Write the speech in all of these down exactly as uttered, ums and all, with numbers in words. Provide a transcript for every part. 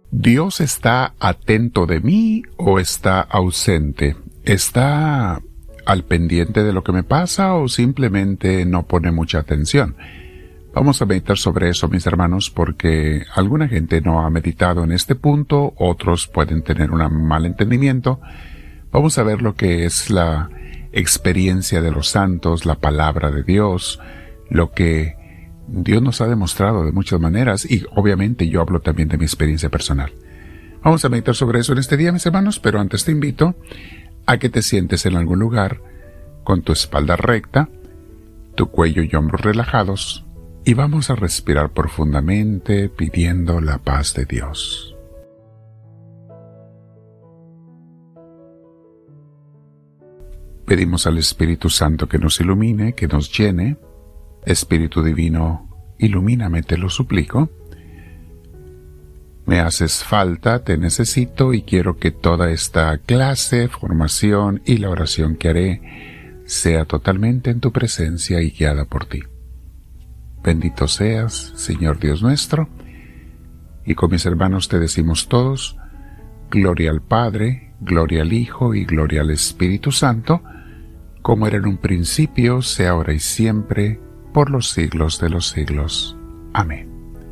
¿Dios está atento de mí o está ausente? ¿Está al pendiente de lo que me pasa o simplemente no pone mucha atención? Vamos a meditar sobre eso, mis hermanos, porque alguna gente no ha meditado en este punto, otros pueden tener un mal entendimiento. Vamos a ver lo que es la experiencia de los santos, la palabra de Dios, lo que Dios nos ha demostrado de muchas maneras, y obviamente yo hablo también de mi experiencia personal. Vamos a meditar sobre eso en este día, mis hermanos, pero antes te invito a que te sientes en algún lugar con tu espalda recta, tu cuello y hombros relajados, y vamos a respirar profundamente pidiendo la paz de Dios. Pedimos al Espíritu Santo que nos ilumine, que nos llene. Espíritu Divino, ilumíname, te lo suplico. Me haces falta, te necesito y quiero que toda esta clase, formación y la oración que haré sea totalmente en tu presencia y guiada por ti. Bendito seas, Señor Dios nuestro, y con mis hermanos te decimos todos, gloria al Padre, gloria al Hijo y gloria al Espíritu Santo, como era en un principio, sea ahora y siempre, por los siglos de los siglos. Amén.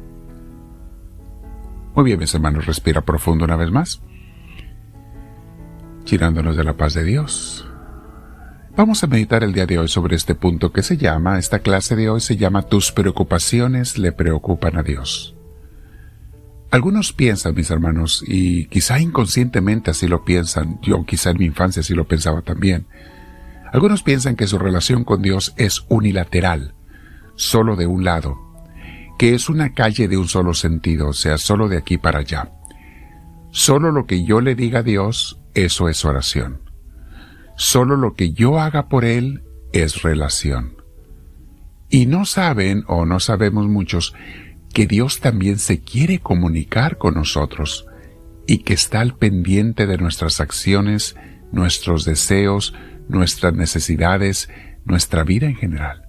Muy bien, mis hermanos, respira profundo una vez más, llenándonos de la paz de Dios. Vamos a meditar el día de hoy sobre este punto que se llama, esta clase de hoy se llama Tus preocupaciones le preocupan a Dios. Algunos piensan, mis hermanos, y quizá inconscientemente así lo piensan, yo quizá en mi infancia así lo pensaba también. Algunos piensan que su relación con Dios es unilateral, solo de un lado, que es una calle de un solo sentido, o sea, solo de aquí para allá. Solo lo que yo le diga a Dios, eso es oración. Solo lo que yo haga por Él es relación. Y no saben, o no sabemos muchos, que Dios también se quiere comunicar con nosotros y que está al pendiente de nuestras acciones, nuestros deseos, nuestras necesidades, nuestra vida en general.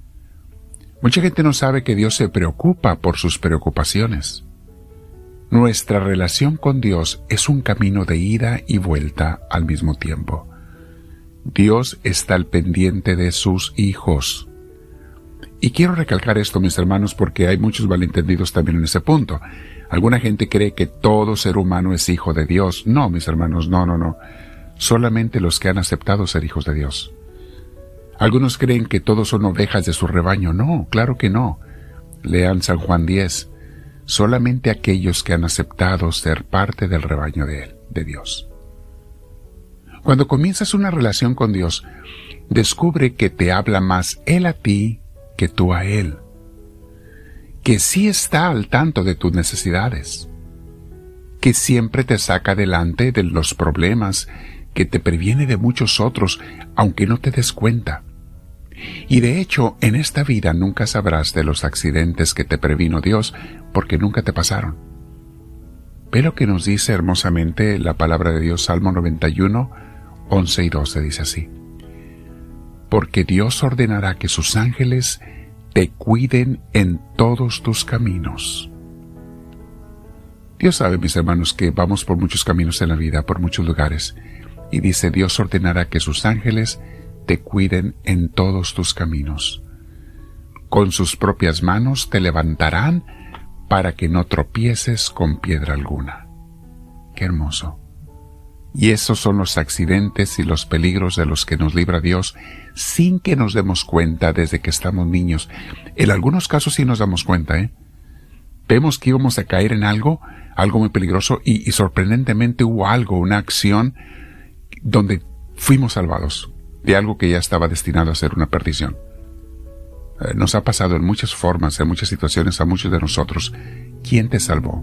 Mucha gente no sabe que Dios se preocupa por sus preocupaciones. Nuestra relación con Dios es un camino de ida y vuelta al mismo tiempo. Dios está al pendiente de sus hijos. Y quiero recalcar esto, mis hermanos, porque hay muchos malentendidos también en ese punto. Alguna gente cree que todo ser humano es hijo de Dios. No, mis hermanos, no, no, no. Solamente los que han aceptado ser hijos de Dios. Algunos creen que todos son ovejas de su rebaño. No, claro que no. Lean San Juan diez. Solamente aquellos que han aceptado ser parte del rebaño de Él, de Dios. Cuando comienzas una relación con Dios, descubre que te habla más Él a ti que tú a Él. Que sí está al tanto de tus necesidades. Que siempre te saca adelante de los problemas, que te previene de muchos otros, aunque no te des cuenta. Y de hecho, en esta vida nunca sabrás de los accidentes que te previno Dios, porque nunca te pasaron. Ve lo que nos dice hermosamente la palabra de Dios, Salmo noventa y uno, once y doce, dice así. Porque Dios ordenará que sus ángeles te cuiden en todos tus caminos. Dios sabe, mis hermanos, que vamos por muchos caminos en la vida, por muchos lugares. Y dice, Dios ordenará que sus ángeles te cuiden en todos tus caminos. Con sus propias manos te levantarán para que no tropieces con piedra alguna. Qué hermoso. Y esos son los accidentes y los peligros de los que nos libra Dios sin que nos demos cuenta desde que estamos niños. En algunos casos sí nos damos cuenta, ¿eh? Vemos que íbamos a caer en algo, algo muy peligroso, y, y sorprendentemente hubo algo, una acción donde fuimos salvados de algo que ya estaba destinado a ser una perdición. Eh, nos ha pasado en muchas formas, en muchas situaciones a muchos de nosotros. ¿Quién te salvó?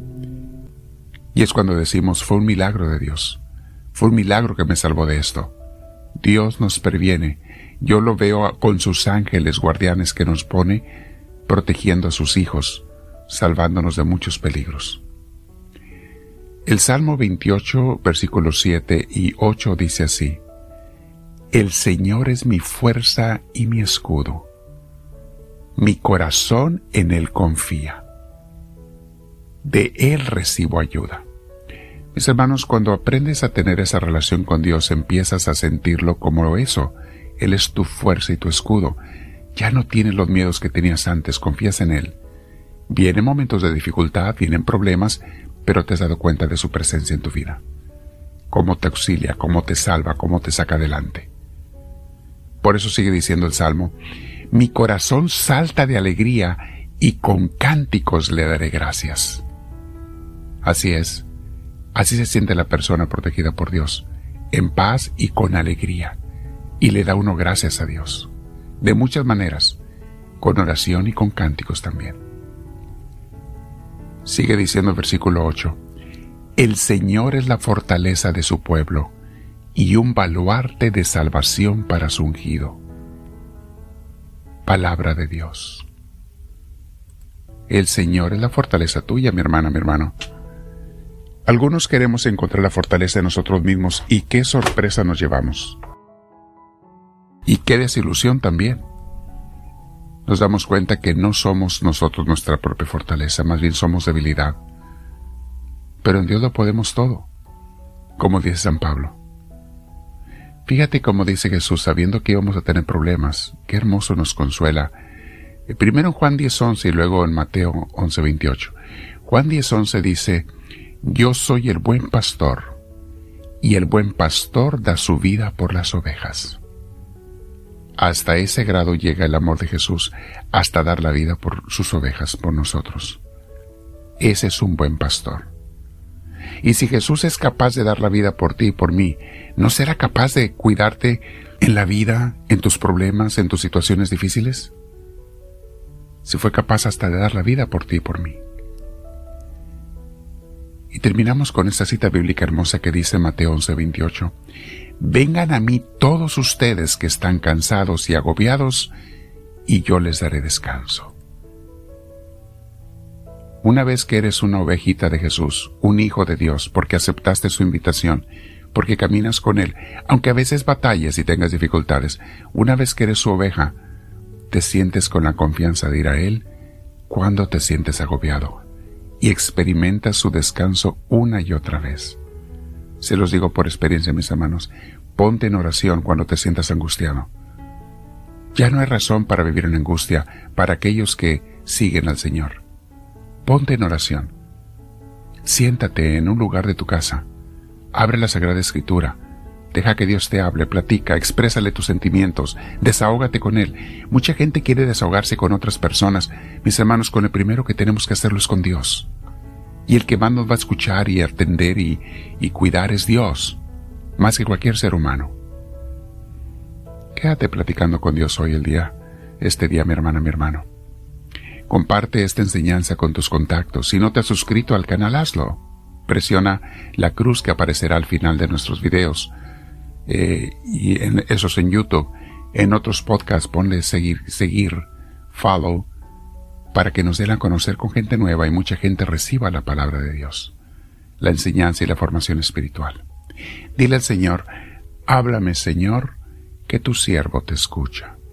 Y es cuando decimos, fue un milagro de Dios. Fue un milagro que me salvó de esto. Dios nos previene. Yo lo veo con sus ángeles guardianes que nos pone, protegiendo a sus hijos, salvándonos de muchos peligros. El Salmo veintiocho, versículos siete y ocho dice así. El Señor es mi fuerza y mi escudo. Mi corazón en Él confía. De Él recibo ayuda. Mis hermanos, cuando aprendes a tener esa relación con Dios, empiezas a sentirlo como eso. Él es tu fuerza y tu escudo. Ya no tienes los miedos que tenías antes, confías en Él. Vienen momentos de dificultad, vienen problemas, pero te has dado cuenta de su presencia en tu vida. Cómo te auxilia, cómo te salva, cómo te saca adelante. Por eso sigue diciendo el Salmo, mi corazón salta de alegría y con cánticos le daré gracias. Así es, así se siente la persona protegida por Dios, en paz y con alegría, y le da uno gracias a Dios, de muchas maneras, con oración y con cánticos también. Sigue diciendo el versículo ocho, el Señor es la fortaleza de su pueblo, y un baluarte de salvación para su ungido. Palabra de Dios. El Señor es la fortaleza tuya, mi hermana, mi hermano. Algunos queremos encontrar la fortaleza en nosotros mismos y qué sorpresa nos llevamos. Y qué desilusión también. Nos damos cuenta que no somos nosotros nuestra propia fortaleza, más bien somos debilidad. Pero en Dios lo podemos todo, como dice San Pablo. Fíjate cómo dice Jesús, sabiendo que íbamos a tener problemas, qué hermoso nos consuela. Primero en Juan diez once y luego en Mateo once veintiocho. Juan diez once dice, yo soy el buen pastor, y el buen pastor da su vida por las ovejas. Hasta ese grado llega el amor de Jesús, hasta dar la vida por sus ovejas, por nosotros. Ese es un buen pastor. Y si Jesús es capaz de dar la vida por ti y por mí, ¿no será capaz de cuidarte en la vida, en tus problemas, en tus situaciones difíciles? Si fue capaz hasta de dar la vida por ti y por mí. Y terminamos con esta cita bíblica hermosa que dice Mateo once veintiocho. Vengan a mí todos ustedes que están cansados y agobiados, y yo les daré descanso. Una vez que eres una ovejita de Jesús, un hijo de Dios, porque aceptaste su invitación, porque caminas con Él, aunque a veces batalles y tengas dificultades, una vez que eres su oveja, te sientes con la confianza de ir a Él cuando te sientes agobiado y experimentas su descanso una y otra vez. Se los digo por experiencia, mis hermanos, ponte en oración cuando te sientas angustiado. Ya no hay razón para vivir en angustia para aquellos que siguen al Señor. Ponte en oración. Siéntate en un lugar de tu casa. Abre la Sagrada Escritura. Deja que Dios te hable, platica, exprésale tus sentimientos, desahógate con Él. Mucha gente quiere desahogarse con otras personas. Mis hermanos, con el primero que tenemos que hacerlo es con Dios. Y el que más nos va a escuchar y atender y, y cuidar es Dios, más que cualquier ser humano. Quédate platicando con Dios hoy el día, este día, mi hermana, mi hermano. Comparte esta enseñanza con tus contactos. Si no te has suscrito al canal, hazlo. Presiona la cruz que aparecerá al final de nuestros videos. Eh, y en, eso es en YouTube. En otros podcasts ponle seguir, seguir, follow, para que nos den a conocer con gente nueva y mucha gente reciba la palabra de Dios, la enseñanza y la formación espiritual. Dile al Señor, háblame, Señor, que tu siervo te escucha.